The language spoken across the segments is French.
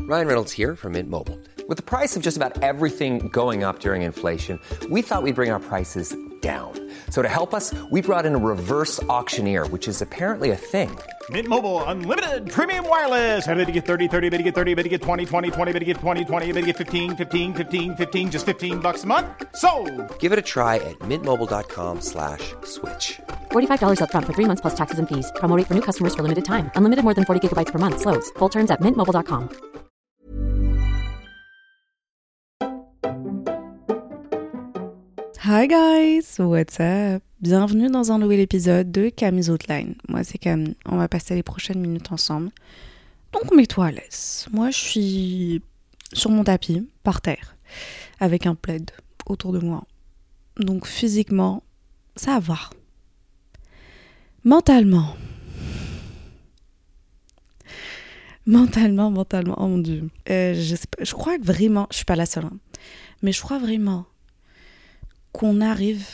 Ryan Reynolds here from Mint Mobile. With the price of just about everything going up during inflation, we thought we'd bring our prices down. So to help us, we brought in a reverse auctioneer, which is apparently a thing. Mint Mobile Unlimited Premium Wireless. How to get 30, 30, bit to get 30, bit to get 20, 20, 20, bit to get 20, 20, bit to get 15, 15, 15, 15, just $15 a month? Sold! Give it a try at mintmobile.com/switch. $45 up front for 3 months plus taxes and fees. Promo rate for new customers for limited time. Unlimited more than 40 gigabytes per month. Slows full terms at mintmobile.com. Hi guys, what's up? Bienvenue dans un nouvel épisode de Cam's Outline. Moi c'est Camille, on va passer les prochaines minutes ensemble. Donc mets-toi à l'aise. Moi je suis sur mon tapis, par terre, avec un plaid autour de moi. Donc physiquement, ça va. Mentalement, oh mon Dieu. Je crois que vraiment, je suis pas la seule, hein, mais je crois vraiment qu'on arrive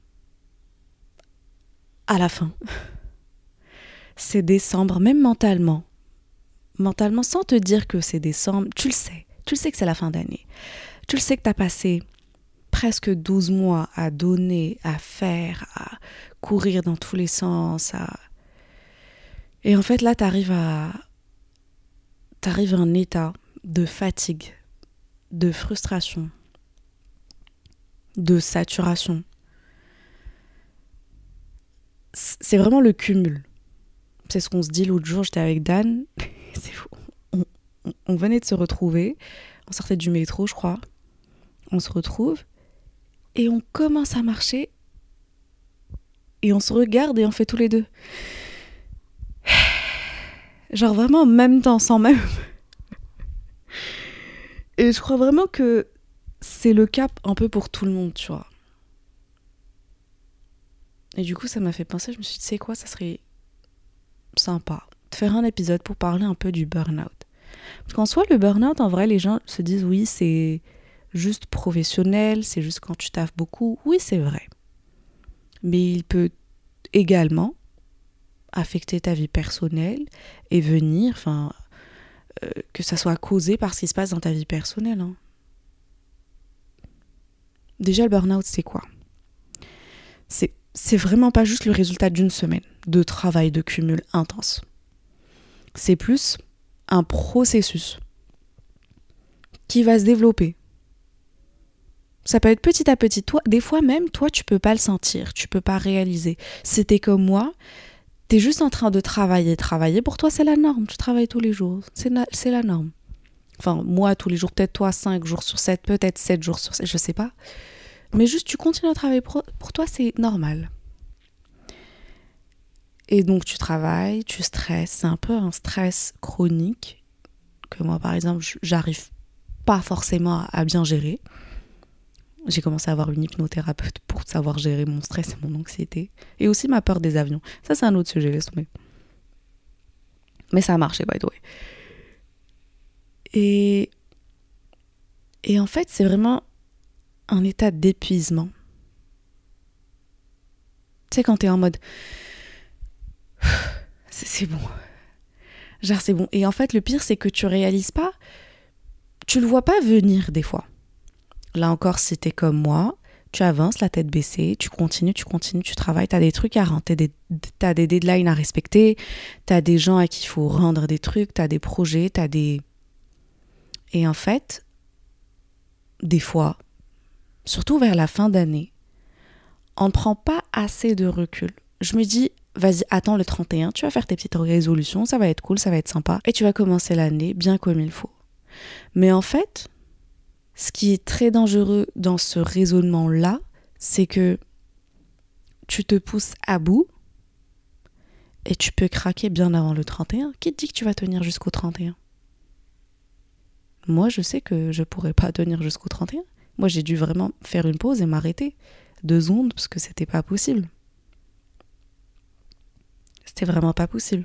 à la fin. C'est décembre, même mentalement. Mentalement, sans te dire que c'est décembre, tu le sais que c'est la fin d'année. Tu le sais que t'as passé presque 12 mois à donner, à faire, à courir dans tous les sens. Et en fait, là, t'arrives à un état de fatigue, de frustration, de saturation. C'est vraiment le cumul. C'est ce qu'on se dit l'autre jour, j'étais avec Dan. C'est fou. On venait de se retrouver. On sortait du métro, je crois. On se retrouve. Et on commence à marcher. Et on se regarde et on fait tous les deux. Genre vraiment en même temps, sans même. Et je crois vraiment que c'est le cap un peu pour tout le monde, tu vois. Et du coup, ça m'a fait penser, je me suis dit, tu sais quoi, ça serait sympa de faire un épisode pour parler un peu du burn-out. Parce qu'en soi, le burn-out, en vrai, les gens se disent, oui, c'est juste professionnel, c'est juste quand tu taffes beaucoup. Oui, c'est vrai. Mais il peut également affecter ta vie personnelle et venir, que ça soit causé par ce qui se passe dans ta vie personnelle, hein. Déjà, le burn-out, c'est quoi ? C'est vraiment pas juste le résultat d'une semaine de travail, de cumul intense. C'est plus un processus qui va se développer. Ça peut être petit à petit. Toi, des fois même, toi, tu peux pas le sentir, tu peux pas réaliser. Si t'es comme moi, t'es juste en train de travailler. Pour toi, c'est la norme. Tu travailles tous les jours. C'est la norme. Enfin, moi, tous les jours, peut-être toi, 5 jours sur 7, peut-être 7 jours sur 7, je sais pas. Mais juste, tu continues à travailler. Pour toi, c'est normal. Et donc, tu travailles, tu stresses. C'est un peu un stress chronique que moi, par exemple, j'arrive pas forcément à bien gérer. J'ai commencé à avoir une hypnothérapeute pour savoir gérer mon stress et mon anxiété. Et aussi ma peur des avions. Ça, c'est un autre sujet, laisse tomber. Mais ça a marché, by the way. Et en fait, c'est vraiment un état d'épuisement. Tu sais, quand t'es en mode... c'est bon. Genre, c'est bon. Et en fait, le pire, c'est que tu réalises pas... Tu le vois pas venir, des fois. Là encore, si t'es comme moi, tu avances, la tête baissée, tu continues, tu travailles, t'as des trucs à rendre, t'as des deadlines à respecter, t'as des gens à qui il faut rendre des trucs, t'as des projets, Et en fait, des fois, surtout vers la fin d'année, on ne prend pas assez de recul. Je me dis, vas-y, attends le 31, tu vas faire tes petites résolutions, ça va être cool, ça va être sympa, et tu vas commencer l'année bien comme il faut. Mais en fait, ce qui est très dangereux dans ce raisonnement-là, c'est que tu te pousses à bout et tu peux craquer bien avant le 31. Qui te dit que tu vas tenir jusqu'au 31 ? Moi, je sais que je pourrais pas tenir jusqu'au 31. Moi, j'ai dû vraiment faire une pause et m'arrêter 2 secondes parce que c'était pas possible. C'était vraiment pas possible.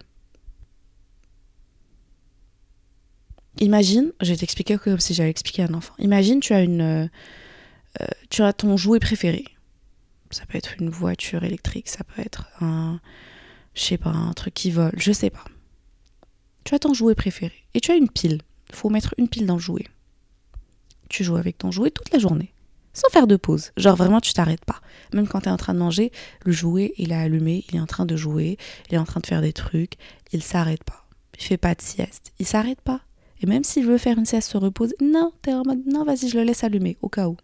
Imagine, je vais t'expliquer comme si j'avais expliqué à un enfant. Imagine, tu as ton jouet préféré. Ça peut être une voiture électrique, ça peut être un truc qui vole, je sais pas. Tu as ton jouet préféré et tu as une pile il faut mettre une pile dans le jouet. Tu joues avec ton jouet toute la journée, sans faire de pause. Genre vraiment, tu t'arrêtes pas. Même quand tu es en train de manger, le jouet, il est allumé, il est en train de jouer, il est en train de faire des trucs, il s'arrête pas. Il fait pas de sieste, il s'arrête pas. Et même s'il veut faire une sieste, se reposer, non, t'es en mode, non, vas-y, je le laisse allumer, au cas où.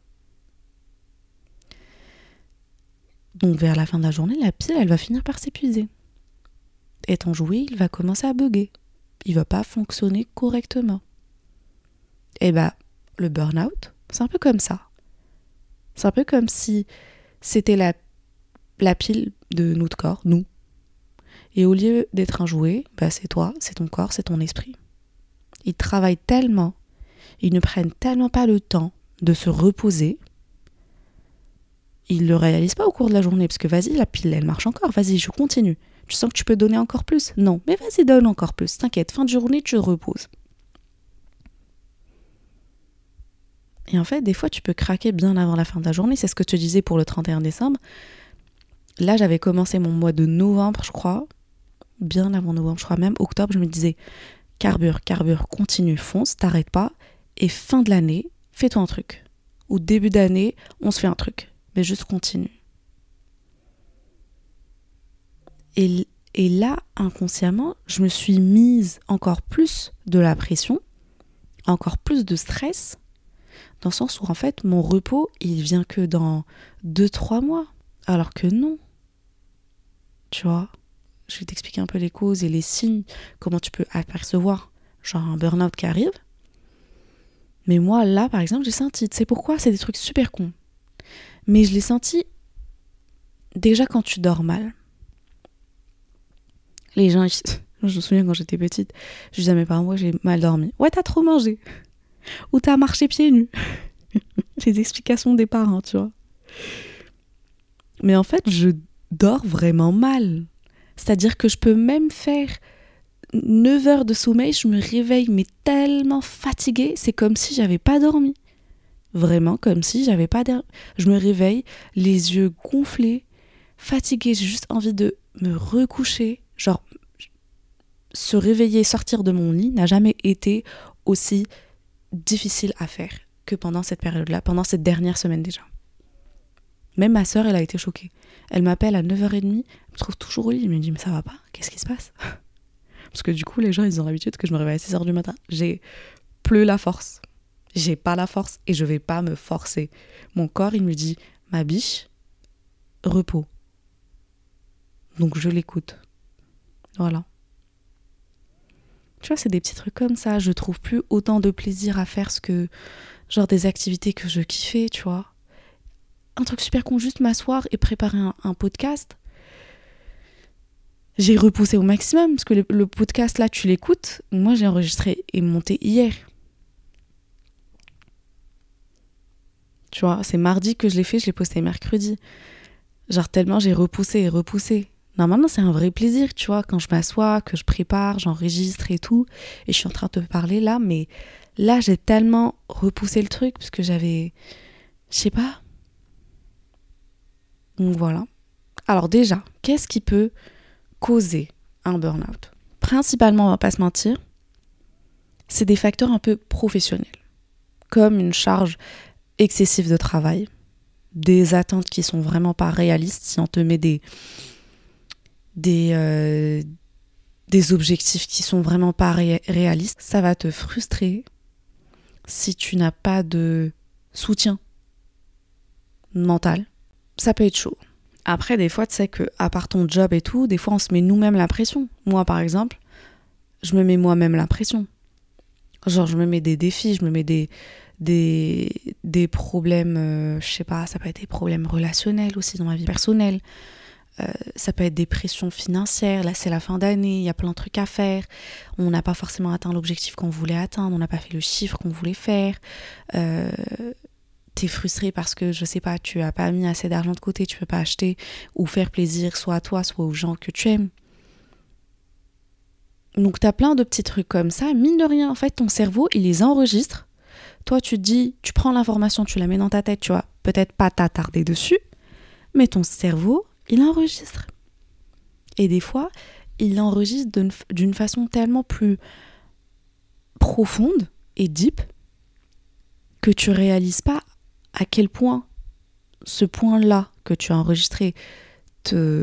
Donc vers la fin de la journée, la pile, elle va finir par s'épuiser. Et ton jouet, il va commencer à bugger. Il va pas fonctionner correctement. Et le burn-out, c'est un peu comme ça. C'est un peu comme si c'était la pile de notre corps, nous. Et au lieu d'être un jouet, c'est toi, c'est ton corps, c'est ton esprit. Ils travaillent tellement, ils ne prennent tellement pas le temps de se reposer. Ils ne le réalisent pas au cours de la journée, parce que vas-y, la pile, elle marche encore, vas-y, je continue. Tu sens que tu peux donner encore plus? Non, mais vas-y, donne encore plus. T'inquiète, fin de journée, tu te reposes. Et en fait, des fois, tu peux craquer bien avant la fin de la journée. C'est ce que je te disais pour le 31 décembre. Là, j'avais commencé mon mois de novembre, je crois. Bien avant novembre, je crois même octobre, je me disais carbure, continue, fonce, t'arrêtes pas. Et fin de l'année, fais-toi un truc. Ou début d'année, on se fait un truc. Mais juste continue. Et là, inconsciemment, je me suis mise encore plus de la pression, encore plus de stress, dans le sens où en fait, mon repos, il vient que dans 2-3 mois. Alors que non. Tu vois, je vais t'expliquer un peu les causes et les signes, comment tu peux apercevoir genre un burn-out qui arrive. Mais moi, là, par exemple, j'ai senti, tu sais pourquoi? C'est des trucs super cons. Mais je l'ai senti déjà quand tu dors mal. Les gens, je me souviens quand j'étais petite, je disais à mes parents, ouais, j'ai mal dormi. Ouais, t'as trop mangé. Ou t'as marché pieds nus. Les explications des parents, tu vois. Mais en fait, je dors vraiment mal. C'est-à-dire que je peux même faire 9 heures de sommeil, je me réveille mais tellement fatiguée, c'est comme si j'avais pas dormi. Vraiment comme si j'avais pas dormi. Je me réveille, les yeux gonflés, fatiguée, j'ai juste envie de me recoucher. Genre, se réveiller, sortir de mon lit n'a jamais été aussi difficile à faire que pendant cette période-là, pendant cette dernière semaine déjà. Même ma sœur, elle a été choquée. Elle m'appelle à 9h30, elle me trouve toujours au lit, elle me dit « Mais ça va pas? Qu'est-ce qui se passe ?» Parce que du coup, les gens, ils ont l'habitude que je me réveille à 6h du matin. J'ai plus la force. J'ai pas la force et je vais pas me forcer. Mon corps, il me dit « Ma biche, repos. » Donc je l'écoute. Voilà. Tu vois, c'est des petits trucs comme ça. Je trouve plus autant de plaisir à faire genre des activités que je kiffais, tu vois. Un truc super con, juste m'asseoir et préparer un podcast. J'ai repoussé au maximum, parce que le podcast là, tu l'écoutes. Moi, j'ai enregistré et monté hier. Tu vois, c'est mardi que je l'ai fait, je l'ai posté mercredi. Genre tellement j'ai repoussé et repoussé. Normalement, c'est un vrai plaisir, tu vois, quand je m'assois, que je prépare, j'enregistre et tout. Et je suis en train de te parler là, mais là, j'ai tellement repoussé le truc, parce que j'avais... Je sais pas. Donc voilà. Alors déjà, qu'est-ce qui peut causer un burn-out? Principalement, on va pas se mentir, c'est des facteurs un peu professionnels, comme une charge excessive de travail, des attentes qui sont vraiment pas réalistes. Si on te met des objectifs qui sont vraiment pas réalistes, ça va te frustrer si tu n'as pas de soutien mental. Ça peut être chaud. Après, des fois, tu sais qu'à part ton job et tout, des fois, on se met nous-mêmes la pression. Moi, par exemple, je me mets moi-même la pression. Genre, je me mets des défis, je me mets des problèmes, je sais pas, ça peut être des problèmes relationnels aussi dans ma vie personnelle. Ça peut être des pressions financières. Là, c'est la fin d'année, il y a plein de trucs à faire. On n'a pas forcément atteint l'objectif qu'on voulait atteindre, on n'a pas fait le chiffre qu'on voulait faire. T'es frustré parce que, je sais pas, tu as pas mis assez d'argent de côté, tu peux pas acheter ou faire plaisir soit à toi, soit aux gens que tu aimes. Donc t'as plein de petits trucs comme ça. Mine de rien, en fait, ton cerveau, il les enregistre. Toi, tu te dis, tu prends l'information, tu la mets dans ta tête, tu vas peut-être pas t'attarder dessus, mais ton cerveau, il enregistre. Et des fois, il enregistre d'une façon tellement plus profonde et deep que tu réalises pas à quel point ce point-là que tu as enregistré te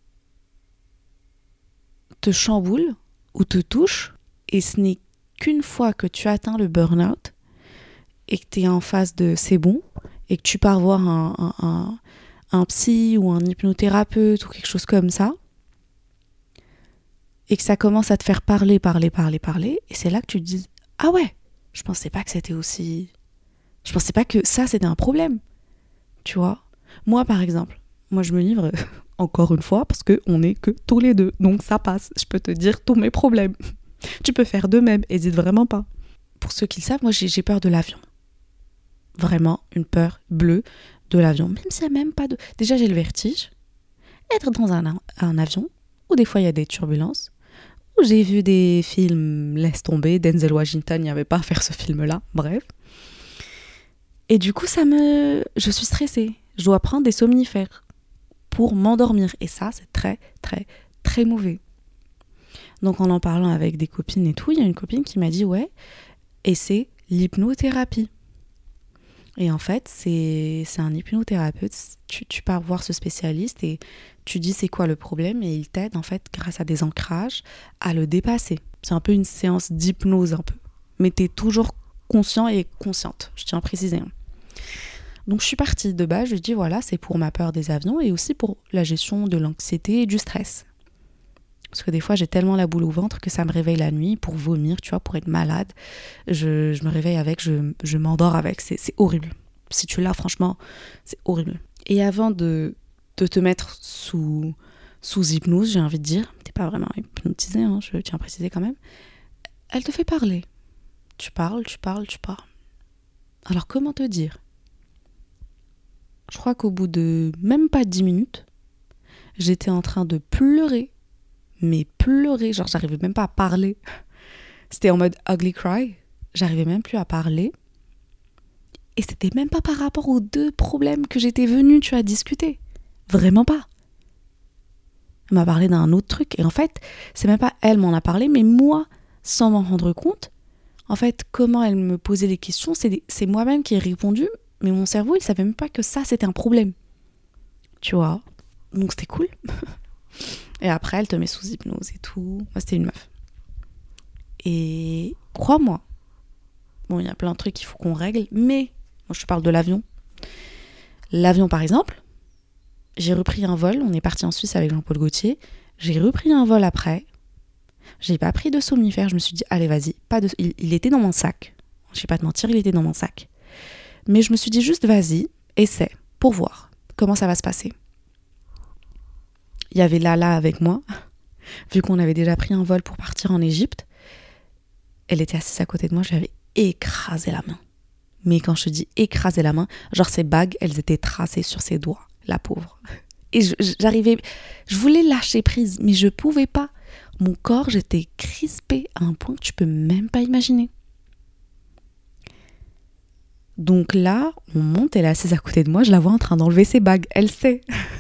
chamboule ou te touche, et ce n'est qu'une fois que tu atteins le burn-out et que tu es en phase de c'est bon et que tu pars voir un psy ou un hypnothérapeute ou quelque chose comme ça, et que ça commence à te faire parler, et c'est là que tu te dis ah ouais, je pensais pas que ça c'était un problème, tu vois. Moi par exemple, je me livre encore une fois parce qu'on n'est que tous les deux, donc ça passe, je peux te dire tous mes problèmes. Tu peux faire de même, hésite vraiment pas. Pour ceux qui le savent, moi j'ai peur de l'avion. Vraiment une peur bleue de l'avion, même s'il n'y a même pas de... Déjà j'ai le vertige, être dans un avion, où des fois il y a des turbulences, où j'ai vu des films, laisse tomber, Denzel Washington, il n'y avait pas à faire ce film-là, bref. Et du coup je suis stressée, je dois prendre des somnifères pour m'endormir, et ça c'est très très très mauvais. Donc en parlant avec des copines et tout, il y a une copine qui m'a dit ouais, et c'est l'hypnothérapie. Et en fait, c'est un hypnothérapeute. Tu pars voir ce spécialiste et tu dis c'est quoi le problème, et il t'aide en fait grâce à des ancrages à le dépasser. C'est un peu une séance d'hypnose un peu. Mais t'es toujours conscient et consciente, je tiens à préciser. Donc je suis partie de base, je lui ai dit voilà, c'est pour ma peur des avions et aussi pour la gestion de l'anxiété et du stress. Parce que des fois j'ai tellement la boule au ventre que ça me réveille la nuit pour vomir, tu vois, pour être malade. Je me réveille avec, je m'endors avec, c'est horrible. Si tu l'as, franchement, c'est horrible. Et avant de te mettre sous hypnose, j'ai envie de dire, t'es pas vraiment hypnotisé, hein, je tiens à préciser quand même, elle te fait parler. Tu parles. Alors comment te dire ? Je crois qu'au bout de même pas 10 minutes, j'étais en train de pleurer. Mais pleurer, genre j'arrivais même pas à parler. C'était en mode ugly cry. J'arrivais même plus à parler. Et c'était même pas par rapport aux 2 problèmes que j'étais venue, tu vois, discuter. Vraiment pas. Elle m'a parlé d'un autre truc. Et en fait, c'est même pas elle m'en a parlé, mais moi, sans m'en rendre compte, en fait, comment elle me posait les questions, c'est moi-même qui ai répondu, mais mon cerveau, il savait même pas que ça, c'était un problème. Tu vois. Donc c'était cool. Et après, elle te met sous hypnose et tout. Moi, c'était une meuf. Et crois-moi, bon, il y a plein de trucs qu'il faut qu'on règle, mais moi, je te parle de l'avion. L'avion, par exemple, j'ai repris un vol. On est parti en Suisse avec Jean-Paul Gaultier. J'ai repris un vol après. J'ai pas pris de somnifère. Je me suis dit, allez, vas-y. Il était dans mon sac. Je vais pas te mentir, il était dans mon sac. Mais je me suis dit juste, vas-y, essaie, pour voir comment ça va se passer. Il y avait Lala avec moi, vu qu'on avait déjà pris un vol pour partir en Égypte. Elle était assise à côté de moi, je lui avais écrasé la main. Mais quand je dis écraser la main, genre ses bagues, elles étaient tracées sur ses doigts, la pauvre. Et je voulais lâcher prise, mais je pouvais pas. Mon corps, j'étais crispée à un point que tu peux même pas imaginer. Donc là, on monte, elle est assise à côté de moi, je la vois en train d'enlever ses bagues, elle sait.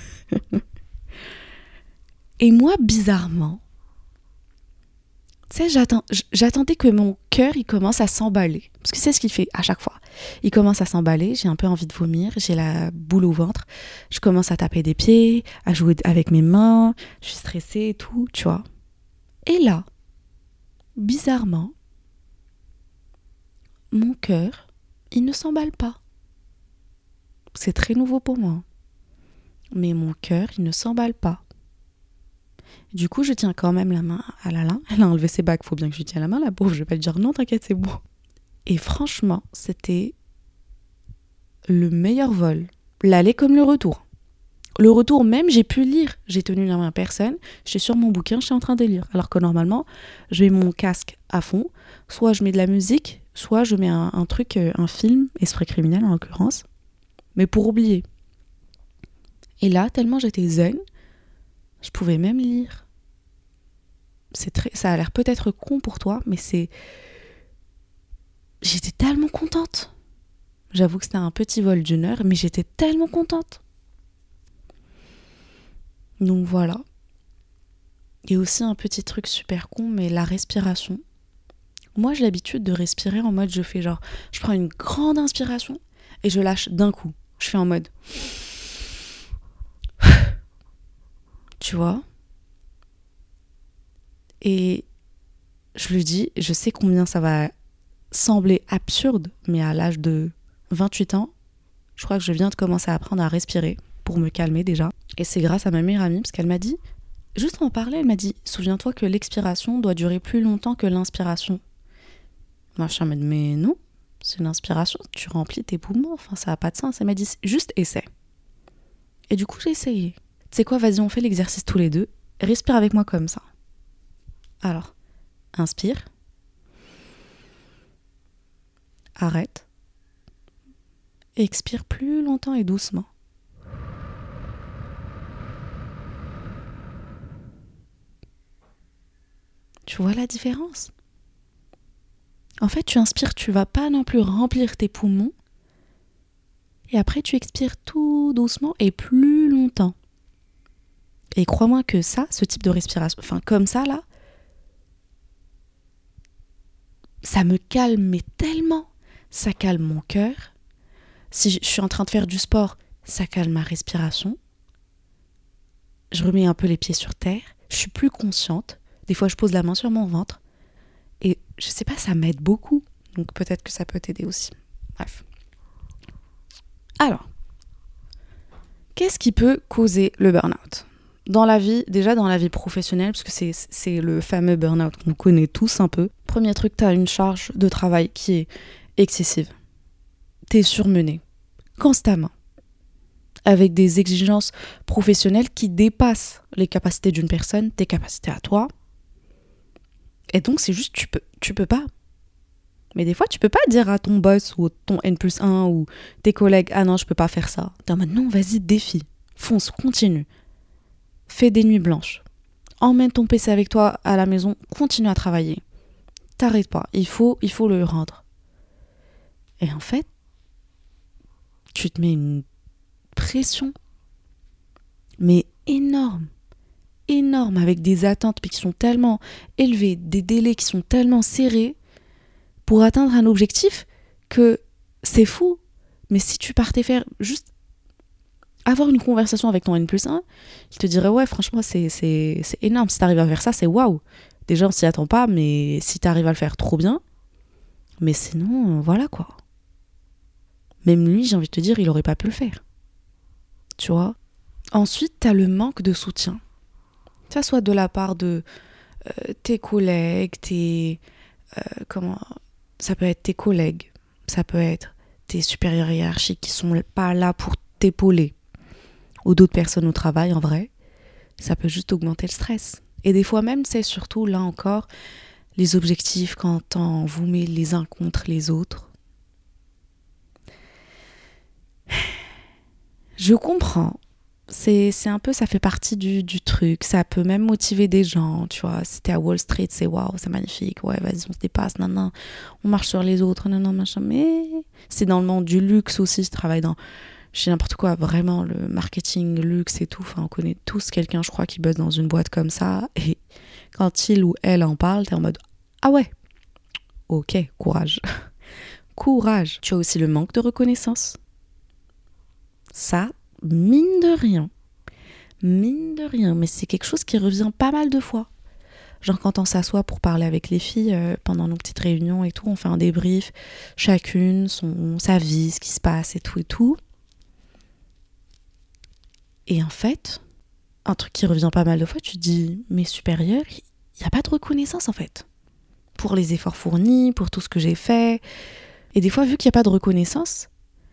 Et moi, bizarrement, tu sais, j'attendais que mon cœur, il commence à s'emballer. Parce que c'est ce qu'il fait à chaque fois. Il commence à s'emballer, j'ai un peu envie de vomir, j'ai la boule au ventre. Je commence à taper des pieds, à jouer avec mes mains, je suis stressée et tout, tu vois. Et là, bizarrement, mon cœur, il ne s'emballe pas. C'est très nouveau pour moi. Mais mon cœur, il ne s'emballe pas. Du coup, je tiens quand même la main à Lala. Elle a enlevé ses bagues, faut bien que je lui tienne la main, la pauvre. Je vais pas lui dire non, t'inquiète, c'est bon. Et franchement, c'était le meilleur vol. L'aller comme le retour. Le retour même, j'ai pu lire. J'ai tenu la main à personne. Je suis sur mon bouquin, je suis en train de lire. Alors que normalement, je mets mon casque à fond. Soit je mets de la musique, soit je mets un truc, un film, Esprit criminel en l'occurrence. Mais pour oublier. Et là, tellement j'étais zen, je pouvais même lire. Ça a l'air peut-être con pour toi, mais j'étais tellement contente. J'avoue que c'était un petit vol d'1 heure, mais j'étais tellement contente. Donc voilà. Et aussi un petit truc super con, mais la respiration. Moi, j'ai l'habitude de respirer en mode, je prends une grande inspiration et je lâche d'un coup. Je fais en mode... Tu vois ? Et je lui dis, je sais combien ça va sembler absurde, mais à l'âge de 28 ans, je crois que je viens de commencer à apprendre à respirer pour me calmer déjà. Et c'est grâce à ma meilleure amie, parce qu'elle m'a dit, juste en parler, elle m'a dit, souviens-toi que l'expiration doit durer plus longtemps que l'inspiration. Moi, je suis en mode, mais non, c'est l'inspiration, tu remplis tes poumons, enfin, ça n'a pas de sens. Elle m'a dit, juste essaie. Et du coup, j'ai essayé. Tu sais quoi, vas-y, on fait l'exercice tous les deux. Respire avec moi comme ça. Alors, inspire. Arrête. Expire plus longtemps et doucement. Tu vois la différence ? En fait, tu inspires, tu vas pas non plus remplir tes poumons. Et après, tu expires tout doucement et plus longtemps. Et crois-moi que ça, ce type de respiration, enfin comme ça là, ça me calme mais tellement. Ça calme mon cœur. Si je suis en train de faire du sport, ça calme ma respiration. Je remets un peu les pieds sur terre. Je suis plus consciente. Des fois, je pose la main sur mon ventre. Et je sais pas, ça m'aide beaucoup. Donc peut-être que ça peut t'aider aussi. Bref. Alors, qu'est-ce qui peut causer le burn-out ? Dans la vie professionnelle, parce que c'est le fameux burn-out qu'on connaît tous un peu. Premier truc, t'as une charge de travail qui est excessive. T'es surmené, constamment, avec des exigences professionnelles qui dépassent les capacités d'une personne, tes capacités à toi. Et donc, c'est juste, tu peux pas. Mais des fois, tu peux pas dire à ton boss ou ton N+1 ou tes collègues, ah non, je peux pas faire ça. T'es en mode, non, vas-y, défie, fonce, continue. Fais des nuits blanches. Emmène ton PC avec toi à la maison, continue à travailler. T'arrêtes pas, il faut le rendre. Et en fait, tu te mets une pression, mais énorme, avec des attentes qui sont tellement élevées, des délais qui sont tellement serrés pour atteindre un objectif que c'est fou. Mais si tu partais faire juste avoir une conversation avec ton N+1, il te dirait ouais, franchement, c'est énorme. Si t'arrives à faire ça, c'est waouh. Déjà, on s'y attend pas, mais si t'arrives à le faire, trop bien. Mais sinon, voilà quoi. Même lui, j'ai envie de te dire, il aurait pas pu le faire. Tu vois ? Ensuite, t'as le manque de soutien. Ça soit de la part de tes collègues, ça peut être tes collègues, ça peut être tes supérieurs hiérarchiques qui sont pas là pour t'épauler, ou d'autres personnes au travail en vrai. Ça peut juste augmenter le stress. Et des fois même, c'est surtout là encore les objectifs quand on vous met les uns contre les autres. Je comprends. C'est un peu, ça fait partie du truc. Ça peut même motiver des gens, tu vois. Si t'es à Wall Street, c'est waouh, c'est magnifique. Ouais, vas-y, on se dépasse, nan, on marche sur les autres, nan, machin. Mais c'est dans le monde du luxe aussi. Je travaille dans, je sais n'importe quoi, vraiment, le marketing, luxe et tout. Enfin, on connaît tous quelqu'un, je crois, qui bosse dans une boîte comme ça. Et quand il ou elle en parle, t'es en mode, ah ouais, ok, courage. Courage. Tu as aussi le manque de reconnaissance. Ça, mine de rien, mais c'est quelque chose qui revient pas mal de fois. Genre quand on s'assoit pour parler avec les filles pendant nos petites réunions et tout, on fait un débrief, chacune, sa vie, ce qui se passe et tout. Et en fait, un truc qui revient pas mal de fois, tu te dis, mes supérieurs, il n'y a pas de reconnaissance en fait. Pour les efforts fournis, pour tout ce que j'ai fait. Et des fois, vu qu'il n'y a pas de reconnaissance,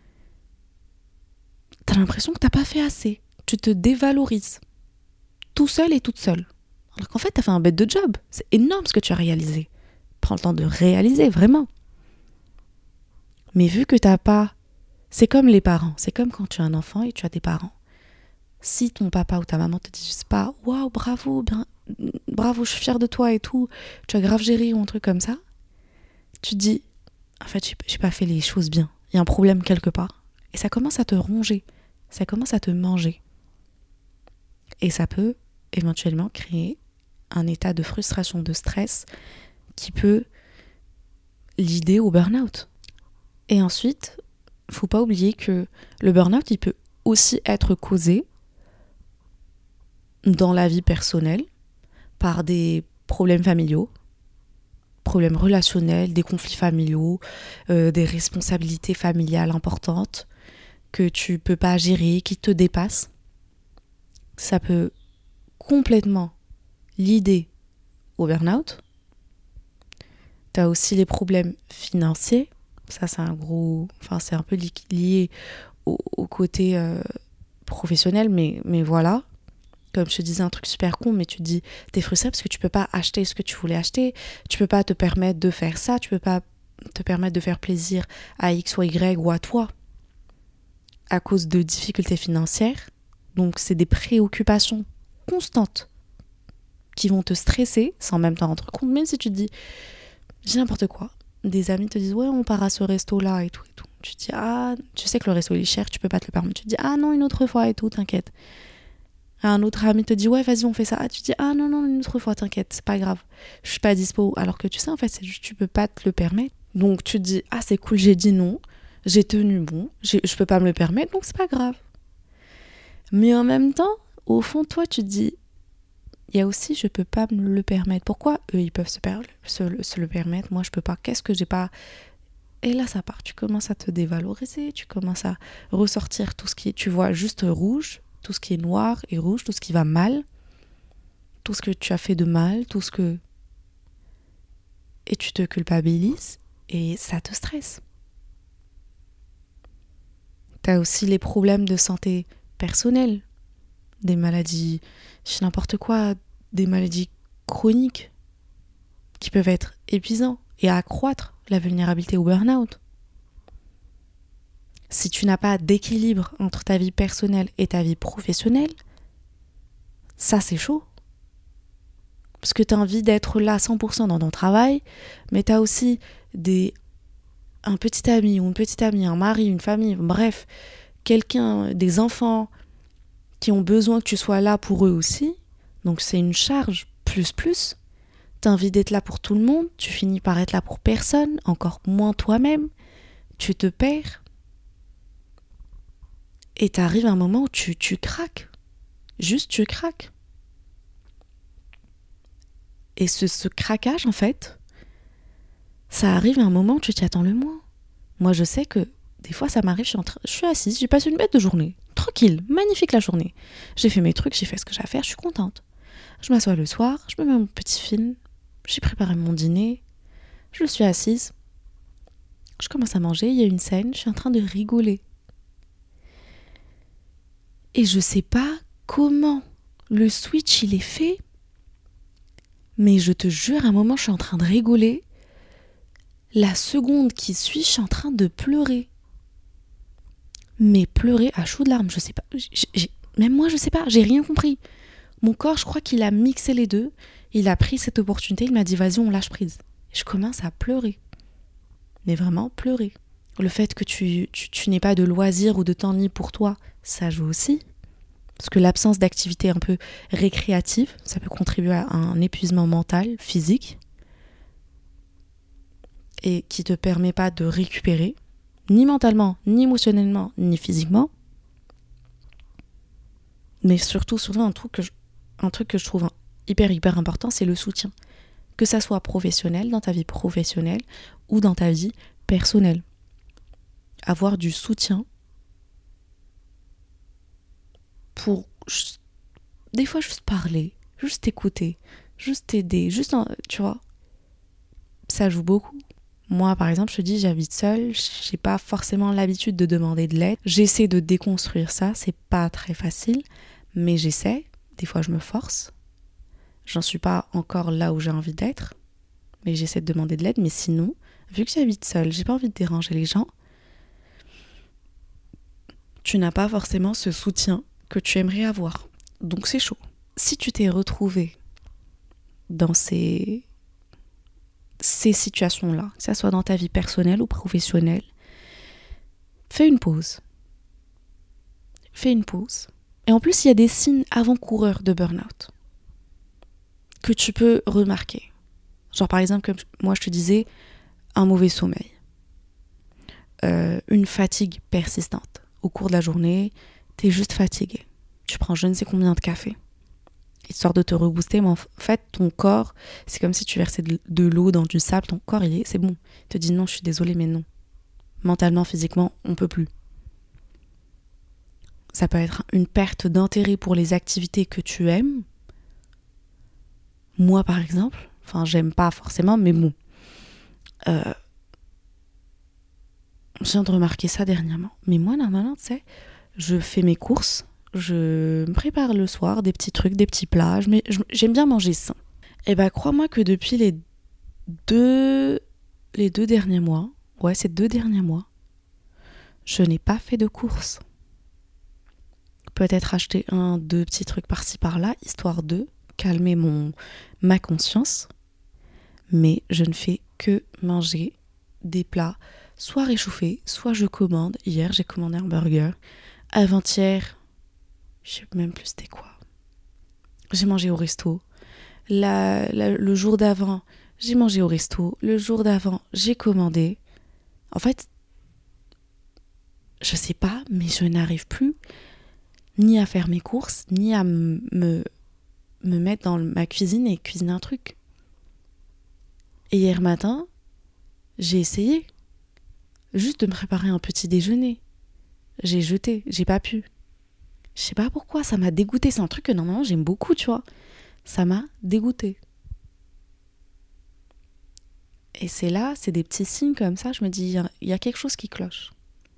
t'as l'impression que t'as pas fait assez. Tu te dévalorises. Tout seul et toute seule. Alors qu'en fait, t'as fait un bête de job. C'est énorme ce que tu as réalisé. Prends le temps de réaliser, vraiment. Mais vu que t'as pas... C'est comme les parents. C'est comme quand tu as un enfant et tu as des parents. Si ton papa ou ta maman te disent pas « Waouh, bravo, bravo, je suis fière de toi et tout. Tu as grave géré » ou un truc comme ça. Tu te dis « En fait, j'ai pas fait les choses bien. Il y a un problème quelque part. » Et ça commence à te ronger, ça commence à te manger. Et ça peut éventuellement créer un état de frustration, de stress qui peut l'idée au burn-out. Et ensuite, faut pas oublier que le burn-out, il peut aussi être causé dans la vie personnelle par des problèmes familiaux, problèmes relationnels, des conflits familiaux, des responsabilités familiales importantes que tu peux pas gérer, qui te dépassent. Ça peut complètement l'idée au burn-out. T'as aussi les problèmes financiers. Ça, c'est c'est un peu lié au côté professionnel, mais voilà. Comme je te disais, un truc super con, mais tu te dis, t'es frustré parce que tu peux pas acheter ce que tu voulais acheter, tu peux pas te permettre de faire ça, tu peux pas te permettre de faire plaisir à X ou Y ou à toi à cause de difficultés financières. Donc, c'est des préoccupations constantes qui vont te stresser sans même t'en rendre compte, même si tu te dis, j'ai n'importe quoi. Des amis te disent, ouais, on part à ce resto-là et tout et tout. Tu te dis, ah, tu sais que le resto il est cher, tu peux pas te le permettre. Tu te dis, ah non, une autre fois et tout, t'inquiète. Un autre ami te dit, ouais, vas-y, on fait ça. Ah, tu te dis, ah non, une autre fois, t'inquiète, c'est pas grave. Je suis pas dispo. Alors que tu sais, en fait, c'est juste, tu peux pas te le permettre. Donc, tu te dis, ah, c'est cool, j'ai dit non, j'ai tenu bon, je peux pas me le permettre, donc c'est pas grave. Mais en même temps, au fond, toi, tu te dis, il y a aussi, je peux pas me le permettre. Pourquoi eux, ils peuvent se le permettre, moi, je peux pas. Qu'est-ce que j'ai pas? Et là, ça part. Tu commences à te dévaloriser, tu commences à ressortir tout ce qui est, tu vois, juste rouge, tout ce qui est noir et rouge, tout ce qui va mal, tout ce que tu as fait de mal, et tu te culpabilises et ça te stresse. T'as aussi les problèmes de santé personnelle, des maladies, je sais n'importe quoi, des maladies chroniques qui peuvent être épuisants et accroître la vulnérabilité au burn-out. Si tu n'as pas d'équilibre entre ta vie personnelle et ta vie professionnelle, ça c'est chaud. Parce que tu as envie d'être là 100% dans ton travail, mais tu as aussi un petit ami ou une petite amie, un mari, une famille, bref, quelqu'un, des enfants qui ont besoin que tu sois là pour eux aussi. Donc c'est une charge plus. Tu as envie d'être là pour tout le monde, tu finis par être là pour personne, encore moins toi-même, tu te perds. Et t'arrives à un moment où tu craques. Juste, tu craques. Et ce craquage, en fait, ça arrive à un moment où tu t'y attends le moins. Moi, je sais que des fois, ça m'arrive, je suis assise, j'ai passé une bête de journée. Tranquille, magnifique la journée. J'ai fait mes trucs, j'ai fait ce que j'ai à faire, je suis contente. Je m'assois le soir, je me mets mon petit film, j'ai préparé mon dîner, je suis assise. Je commence à manger, il y a une scène, je suis en train de rigoler. Et je sais pas comment le switch il est fait, mais je te jure, à un moment, je suis en train de rigoler. La seconde qui suit, je suis en train de pleurer. Mais pleurer à chaudes larmes, je sais pas. Même moi, je sais pas, j'ai rien compris. Mon corps, je crois qu'il a mixé les deux. Il a pris cette opportunité, il m'a dit, vas-y, on lâche prise. Et je commence à pleurer. Mais vraiment pleurer. Le fait que tu n'aies pas de loisirs ou de temps libre pour toi, ça joue aussi. Parce que l'absence d'activité un peu récréative, ça peut contribuer à un épuisement mental, physique, et qui te permet pas de récupérer, ni mentalement, ni émotionnellement, ni physiquement. Mais surtout un truc que je trouve hyper important, c'est le soutien. Que ça soit professionnel, dans ta vie professionnelle, ou dans ta vie personnelle. Avoir du soutien pour des fois juste parler, juste écouter, juste aider, tu vois, ça joue beaucoup. Moi, par exemple, je te dis, j'habite seule, j'ai pas forcément l'habitude de demander de l'aide. J'essaie de déconstruire ça, c'est pas très facile, mais j'essaie. Des fois, je me force. J'en suis pas encore là où j'ai envie d'être, mais j'essaie de demander de l'aide. Mais sinon, vu que j'habite seule, j'ai pas envie de déranger les gens, tu n'as pas forcément ce soutien que tu aimerais avoir. Donc c'est chaud. Si tu t'es retrouvé dans ces situations-là, que ça soit dans ta vie personnelle ou professionnelle, fais une pause. Et en plus, il y a des signes avant-coureurs de burn-out que tu peux remarquer. Genre par exemple, comme moi je te disais, un mauvais sommeil, une fatigue persistante. Au cours de la journée, t'es juste fatigué. Tu prends je ne sais combien de café, histoire de te rebooster, mais en fait, ton corps, c'est comme si tu versais de l'eau dans du sable, ton corps, c'est bon. Il te dit non, je suis désolée, mais non. Mentalement, physiquement, on peut plus. Ça peut être une perte d'intérêt pour les activités que tu aimes. Moi, par exemple, j'aime pas forcément, mais bon. Je viens de remarquer ça dernièrement. Mais moi, normalement, tu sais, je fais mes courses, je me prépare le soir des petits trucs, des petits plats. J'aime bien manger sain. Et crois-moi que depuis les deux derniers mois, ces 2 derniers mois, je n'ai pas fait de courses. Peut-être acheter 1-2 petits trucs par-ci par-là, histoire de calmer ma conscience. Mais je ne fais que manger des plats, soit réchauffés, soit je commande. Hier, j'ai commandé un burger. Avant-hier, je sais même plus c'était quoi. J'ai mangé au resto. Le jour d'avant, j'ai mangé au resto. Le jour d'avant, j'ai commandé. En fait, je sais pas, mais je n'arrive plus ni à faire mes courses, ni à me mettre dans ma cuisine et cuisiner un truc. Et hier matin, j'ai essayé juste de me préparer un petit déjeuner. J'ai jeté, j'ai pas pu. Je sais pas pourquoi, ça m'a dégoûtée. C'est un truc que normalement j'aime beaucoup, tu vois. Ça m'a dégoûtée. Et c'est des petits signes comme ça, je me dis, il y a quelque chose qui cloche.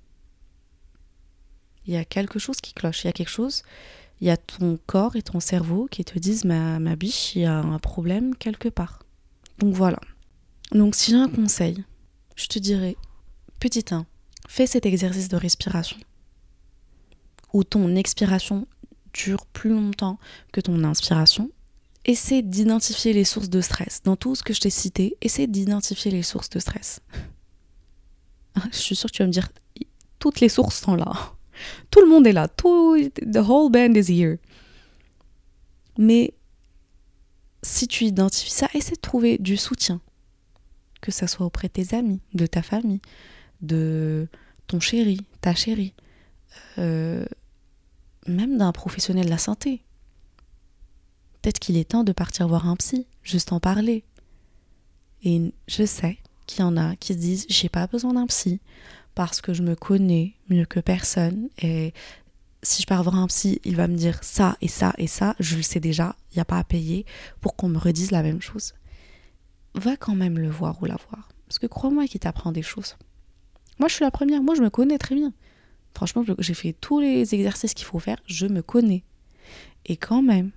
Il y a quelque chose qui cloche, il y a ton corps et ton cerveau qui te disent, ma biche, il y a un problème quelque part. Donc voilà. Donc si j'ai un conseil, je te dirais, petit 1, fais cet exercice de respiration, où ton expiration dure plus longtemps que ton inspiration. Essaie d'identifier les sources de stress. Dans tout ce que je t'ai cité, essaie d'identifier les sources de stress. Je suis sûre que tu vas me dire, toutes les sources sont là. Tout le monde est là. The whole band is here. Mais si tu identifies ça, essaie de trouver du soutien. Que ça soit auprès de tes amis, de ta famille, de ton chéri, ta chérie, même d'un professionnel de la santé. Peut-être qu'il est temps de partir voir un psy, juste en parler. Et je sais qu'il y en a qui se disent « j'ai pas besoin d'un psy parce que je me connais mieux que personne et si je pars voir un psy, il va me dire ça et ça et ça, je le sais déjà, il n'y a pas à payer pour qu'on me redise la même chose. » Va quand même le voir ou la voir. Parce que crois-moi qu'il t'apprend des choses. Moi, je suis la première. Moi, je me connais très bien. Franchement, j'ai fait tous les exercices qu'il faut faire. Je me connais. Et quand même,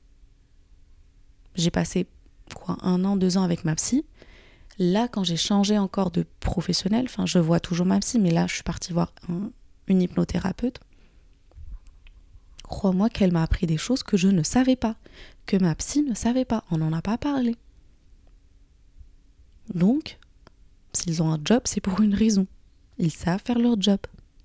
j'ai passé 1 an, 2 ans avec ma psy. Là, quand j'ai changé encore de professionnel, je vois toujours ma psy, mais là, je suis partie voir une hypnothérapeute. Crois-moi qu'elle m'a appris des choses que je ne savais pas, que ma psy ne savait pas. On n'en a pas parlé. Donc, s'ils ont un job, c'est pour une raison. Ils savent faire leur job.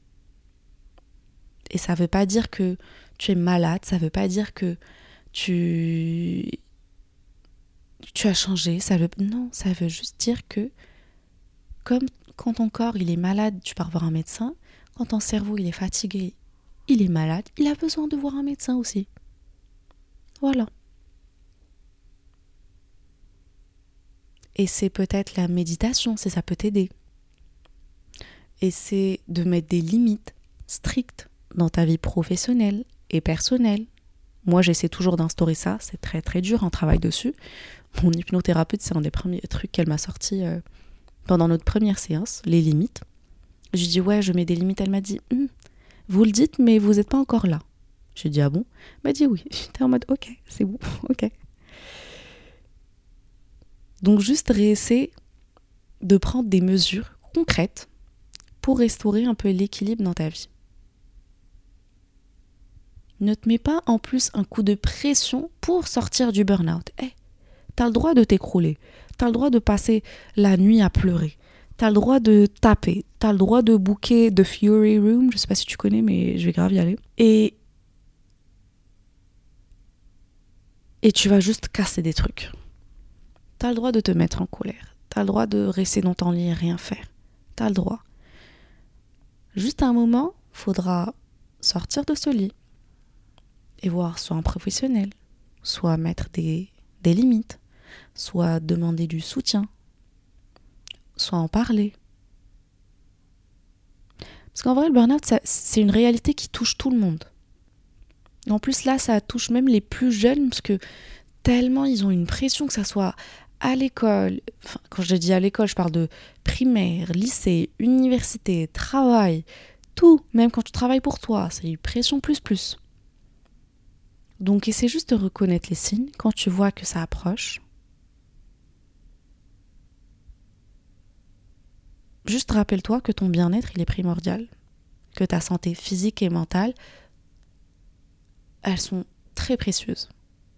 Et ça ne veut pas dire que tu es malade, ça ne veut pas dire que tu as changé. Non, ça veut juste dire que comme quand ton corps il est malade, tu pars voir un médecin. Quand ton cerveau il est fatigué, il est malade, il a besoin de voir un médecin aussi. Voilà. Et c'est peut-être la méditation, si ça peut t'aider. Et c'est de mettre des limites strictes dans ta vie professionnelle et personnelle. Moi, j'essaie toujours d'instaurer ça. C'est très, très dur, on travaille dessus. Mon hypnothérapeute, c'est un des premiers trucs qu'elle m'a sorti pendant notre première séance, les limites. Je lui dis, ouais, je mets des limites. Elle m'a dit, vous le dites, mais vous n'êtes pas encore là. J'ai dit, ah bon ? Elle m'a dit oui. J'étais en mode, ok, c'est bon, ok. Donc, juste réessayer de prendre des mesures concrètes pour restaurer un peu l'équilibre dans ta vie. Ne te mets pas en plus un coup de pression pour sortir du burn-out. T'as le droit de t'écrouler. T'as le droit de passer la nuit à pleurer. T'as le droit de taper. T'as le droit de booker The Fury Room. Je sais pas si tu connais, mais je vais grave y aller. Et tu vas juste casser des trucs. T'as le droit de te mettre en colère. T'as le droit de rester dans ton lit et rien faire. T'as le droit. Juste à un moment, faudra sortir de ce lit et voir soit un professionnel, soit mettre des limites, soit demander du soutien, soit en parler. Parce qu'en vrai, le burn-out, c'est une réalité qui touche tout le monde. En plus, là, ça touche même les plus jeunes, parce que tellement ils ont une pression, que ça soit à l'école, enfin, quand je dis à l'école, je parle de primaire, lycée, université, travail, tout, même quand tu travailles pour toi, c'est une pression plus. Donc, essaie juste de reconnaître les signes quand tu vois que ça approche. Juste rappelle-toi que ton bien-être, il est primordial, que ta santé physique et mentale, elles sont très précieuses.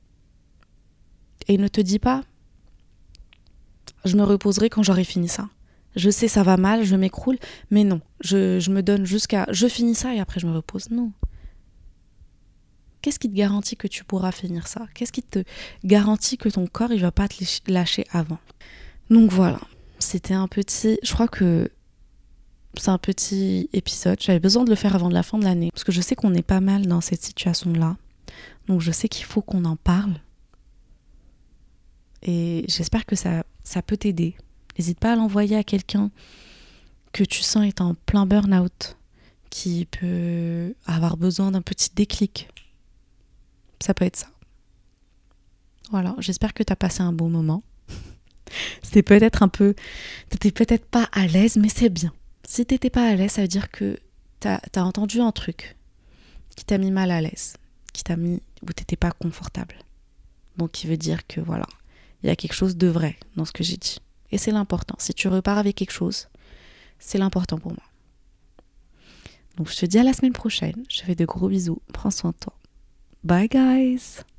Et ne te dis pas, je me reposerai quand j'aurai fini ça. Je sais, ça va mal, je m'écroule, mais non, je me donne jusqu'à... Je finis ça et après je me repose. Non. Qu'est-ce qui te garantit que tu pourras finir ça? Qu'est-ce qui te garantit que ton corps, il va pas te lâcher avant? Donc voilà, c'était un petit... Je crois que c'est un petit épisode. J'avais besoin de le faire avant de la fin de l'année, parce que je sais qu'on est pas mal dans cette situation-là. Donc je sais qu'il faut qu'on en parle. Et j'espère que ça peut t'aider. N'hésite pas à l'envoyer à quelqu'un que tu sens est en plein burn-out, qui peut avoir besoin d'un petit déclic. Ça peut être ça. Voilà, j'espère que tu as passé un bon moment. C'était peut-être t'étais peut-être pas à l'aise, mais c'est bien. Si t'étais pas à l'aise, ça veut dire que t'as entendu un truc qui t'a mis mal à l'aise, qui t'a mis où t'étais pas confortable. Donc, qui veut dire que voilà, il y a quelque chose de vrai dans ce que j'ai dit. Et c'est l'important. Si tu repars avec quelque chose, c'est l'important pour moi. Donc, je te dis à la semaine prochaine. Je fais de gros bisous. Prends soin de toi. Bye, guys!